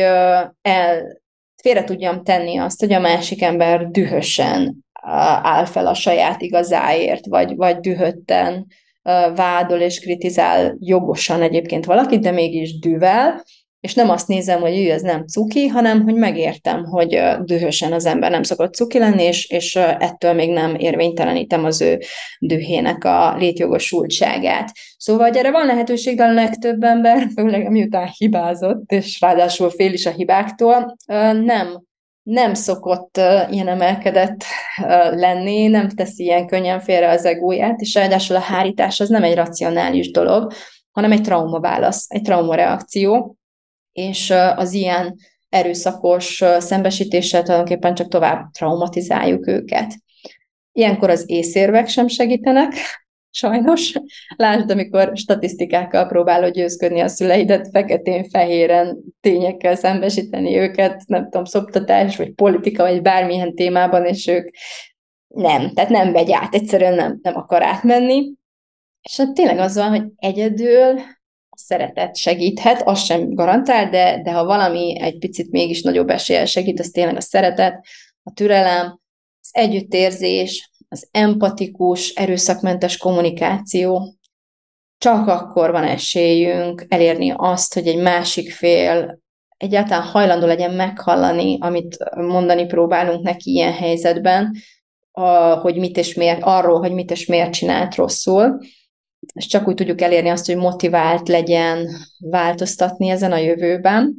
el, félre tudjam tenni azt, hogy a másik ember dühösen áll fel a saját igazáért, vagy, vagy dühötten vádol és kritizál jogosan egyébként valakit, de mégis düvel, és nem azt nézem, hogy ő, ez nem cuki, hanem hogy megértem, hogy dühösen az ember nem szokott cuki lenni, és, és ettől még nem érvénytelenítem az ő dühének a létjogosultságát. Szóval, hogy erre van lehetőség, de a legtöbb ember, főleg miután hibázott, és ráadásul fél is a hibáktól, nem nem szokott uh, ilyen emelkedett uh, lenni, nem teszi ilyen könnyen félre az egóját, és ráadásul a hárítás az nem egy racionális dolog, hanem egy traumaválasz, egy traumareakció, és uh, az ilyen erőszakos uh, szembesítéssel tulajdonképpen csak tovább traumatizáljuk őket. Ilyenkor az észérvek sem segítenek, sajnos. Lásd, amikor statisztikákkal próbálod győzködni a szüleidet, feketén-fehéren tényekkel szembesíteni őket, nem tudom, szoptatás, vagy politika, vagy bármilyen témában, és ők nem, tehát nem megy át, egyszerűen nem, nem akar átmenni. És hát tényleg az van, hogy egyedül a szeretet segíthet, az sem garantál, de, de ha valami egy picit mégis nagyobb eséllyel segít, az tényleg a szeretet, a türelem, az együttérzés, az empatikus, erőszakmentes kommunikáció. Csak akkor van esélyünk elérni azt, hogy egy másik fél egyáltalán hajlandó legyen meghallani, amit mondani próbálunk neki ilyen helyzetben, hogy mit és miért, arról, hogy mit és miért csinált rosszul. És csak úgy tudjuk elérni azt, hogy motivált legyen változtatni ezen a jövőben,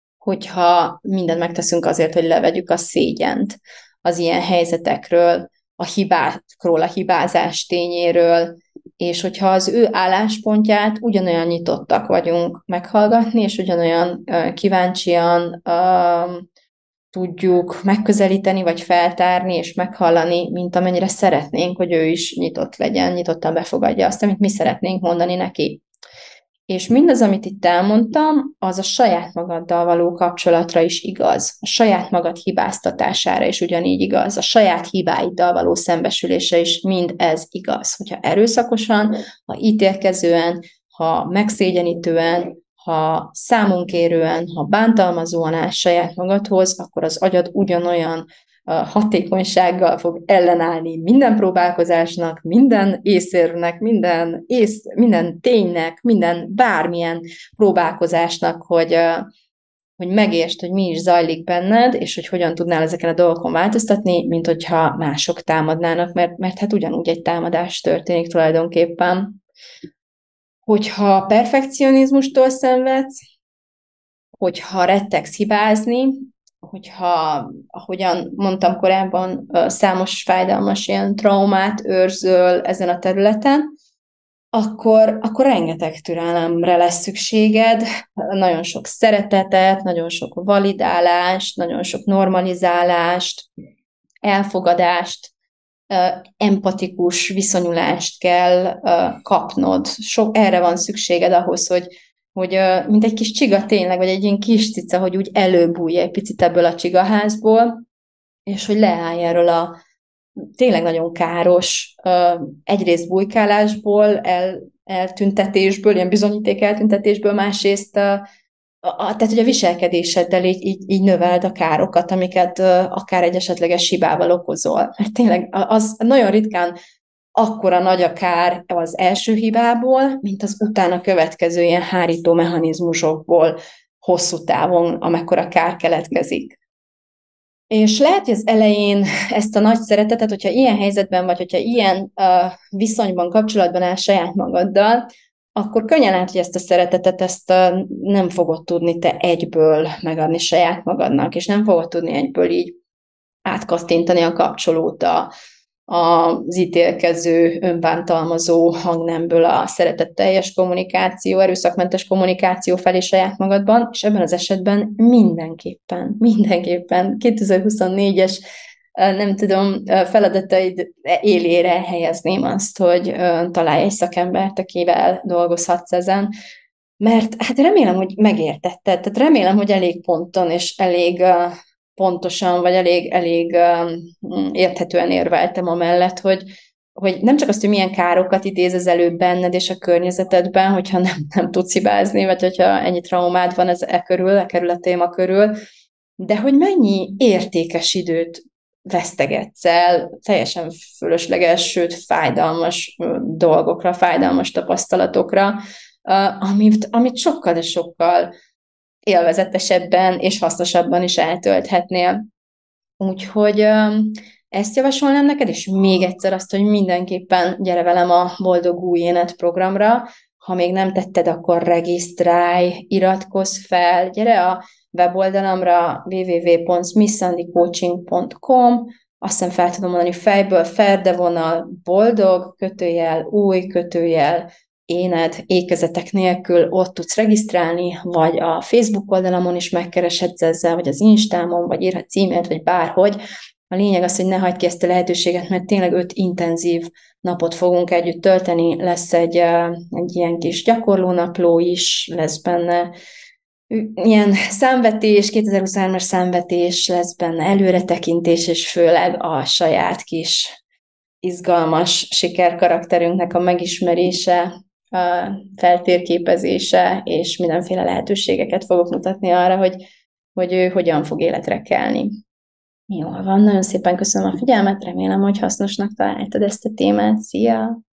hogyha mindent megteszünk azért, hogy levegyük a szégyent az ilyen helyzetekről, a hibákról, a hibázás tényéről, és hogyha az ő álláspontját ugyanolyan nyitottak vagyunk meghallgatni, és ugyanolyan uh, kíváncsian uh, tudjuk megközelíteni, vagy feltárni, és meghallani, mint amennyire szeretnénk, hogy ő is nyitott legyen, nyitottan befogadja azt, amit mi szeretnénk mondani neki. És mindaz, amit itt elmondtam, az a saját magaddal való kapcsolatra is igaz. A saját magad hibáztatására is ugyanígy igaz. A saját hibáiddal való szembesülése is mind ez igaz. Hogyha erőszakosan, ha ítélkezően, ha megszégyenítően, ha számunkérően, ha bántalmazóan állsz saját magadhoz, akkor az agyad ugyanolyan hatékonysággal fog ellenállni minden próbálkozásnak, minden észérvnek, minden, ész, minden ténynek, minden bármilyen próbálkozásnak, hogy, hogy megértsd, hogy mi is zajlik benned, és hogy hogyan tudnál ezeken a dolgokon változtatni, mint hogyha mások támadnának, mert, mert hát ugyanúgy egy támadás történik tulajdonképpen. Hogyha perfekcionizmustól szenvedsz, hogyha rettegsz hibázni, hogyha, ahogyan mondtam korábban, számos fájdalmas ilyen traumát őrzöl ezen a területen, akkor, akkor rengeteg türelemre lesz szükséged, nagyon sok szeretetet, nagyon sok validálást, nagyon sok normalizálást, elfogadást, empatikus viszonyulást kell kapnod. Sok, erre van szükséged ahhoz, hogy, hogy mint egy kis csiga tényleg, vagy egy ilyen kis cica, hogy úgy előbújj egy picit ebből a csigaházból, és hogy leállj erről a tényleg nagyon káros egyrészt bujkálásból, el, eltüntetésből, ilyen bizonyíték eltüntetésből, másrészt a, a, tehát, hogy a viselkedéseddel így, így, így növeld a károkat, amiket akár egy esetleges hibával okozol. Mert tényleg az nagyon ritkán akkora nagy a kár az első hibából, mint az utána következő ilyen hárító mechanizmusokból hosszú távon, amekkora kár keletkezik. És lehet, hogy az elején ezt a nagy szeretetet, hogyha ilyen helyzetben vagy, hogyha ilyen uh, viszonyban, kapcsolatban áll saját magaddal, akkor könnyen lehet, hogy ezt a szeretetet ezt uh, nem fogod tudni te egyből megadni saját magadnak, és nem fogod tudni egyből így átkattintani a kapcsolót a, az ítélkező, önbántalmazó hangnemből a szeretetteljes kommunikáció, erőszakmentes kommunikáció felé saját magadban, és ebben az esetben mindenképpen, mindenképpen kétezer-huszonnégyes nem tudom, feladataid élére helyezném azt, hogy találj egy szakembert, akivel dolgozhatsz ezen, mert hát remélem, hogy megértetted, tehát remélem, hogy elég ponton és elég pontosan, vagy elég, elég érthetően érveltem amellett, hogy, hogy nem csak azt, hogy milyen károkat idéz az elő benned és a környezetedben, hogyha nem, nem tudsz hibázni, vagy hogyha ennyi traumád van ez e körül, e kerül a téma körül, de hogy mennyi értékes időt vesztegetsz el teljesen fölösleges, sőt fájdalmas dolgokra, fájdalmas tapasztalatokra, amit, amit sokkal, de sokkal élvezetesebben és hasznosabban is eltölthetnél. Úgyhogy ezt javasolnám neked, és még egyszer azt, hogy mindenképpen gyere velem a Boldog Új Élet programra. Ha még nem tetted, akkor regisztrálj, iratkozz fel, gyere a weboldalamra double-u double-u double-u pont smithsandycoaching pont com, azt hiszem fel tudom mondani fejből, ferdevonal, boldog, kötőjel, új, kötőjel, éned, ékezetek nélkül ott tudsz regisztrálni, vagy a Facebook oldalamon is megkereshetsz ezzel, vagy az Instámon, vagy írhatsz e-mailt, vagy bárhogy. A lényeg az, hogy ne hagyd ki ezt a lehetőséget, mert tényleg öt intenzív napot fogunk együtt tölteni, lesz egy, egy ilyen kis gyakorlónapló is, lesz benne ilyen számvetés, kétezer-huszonhármas számvetés, lesz benne előretekintés, és főleg a saját kis izgalmas sikerkarakterünknek a megismerése, a feltérképezése, és mindenféle lehetőségeket fogok mutatni arra, hogy, hogy ő hogyan fog életre kelni. Jól van, nagyon szépen köszönöm a figyelmet, remélem, hogy hasznosnak találtad ezt a témát. Szia!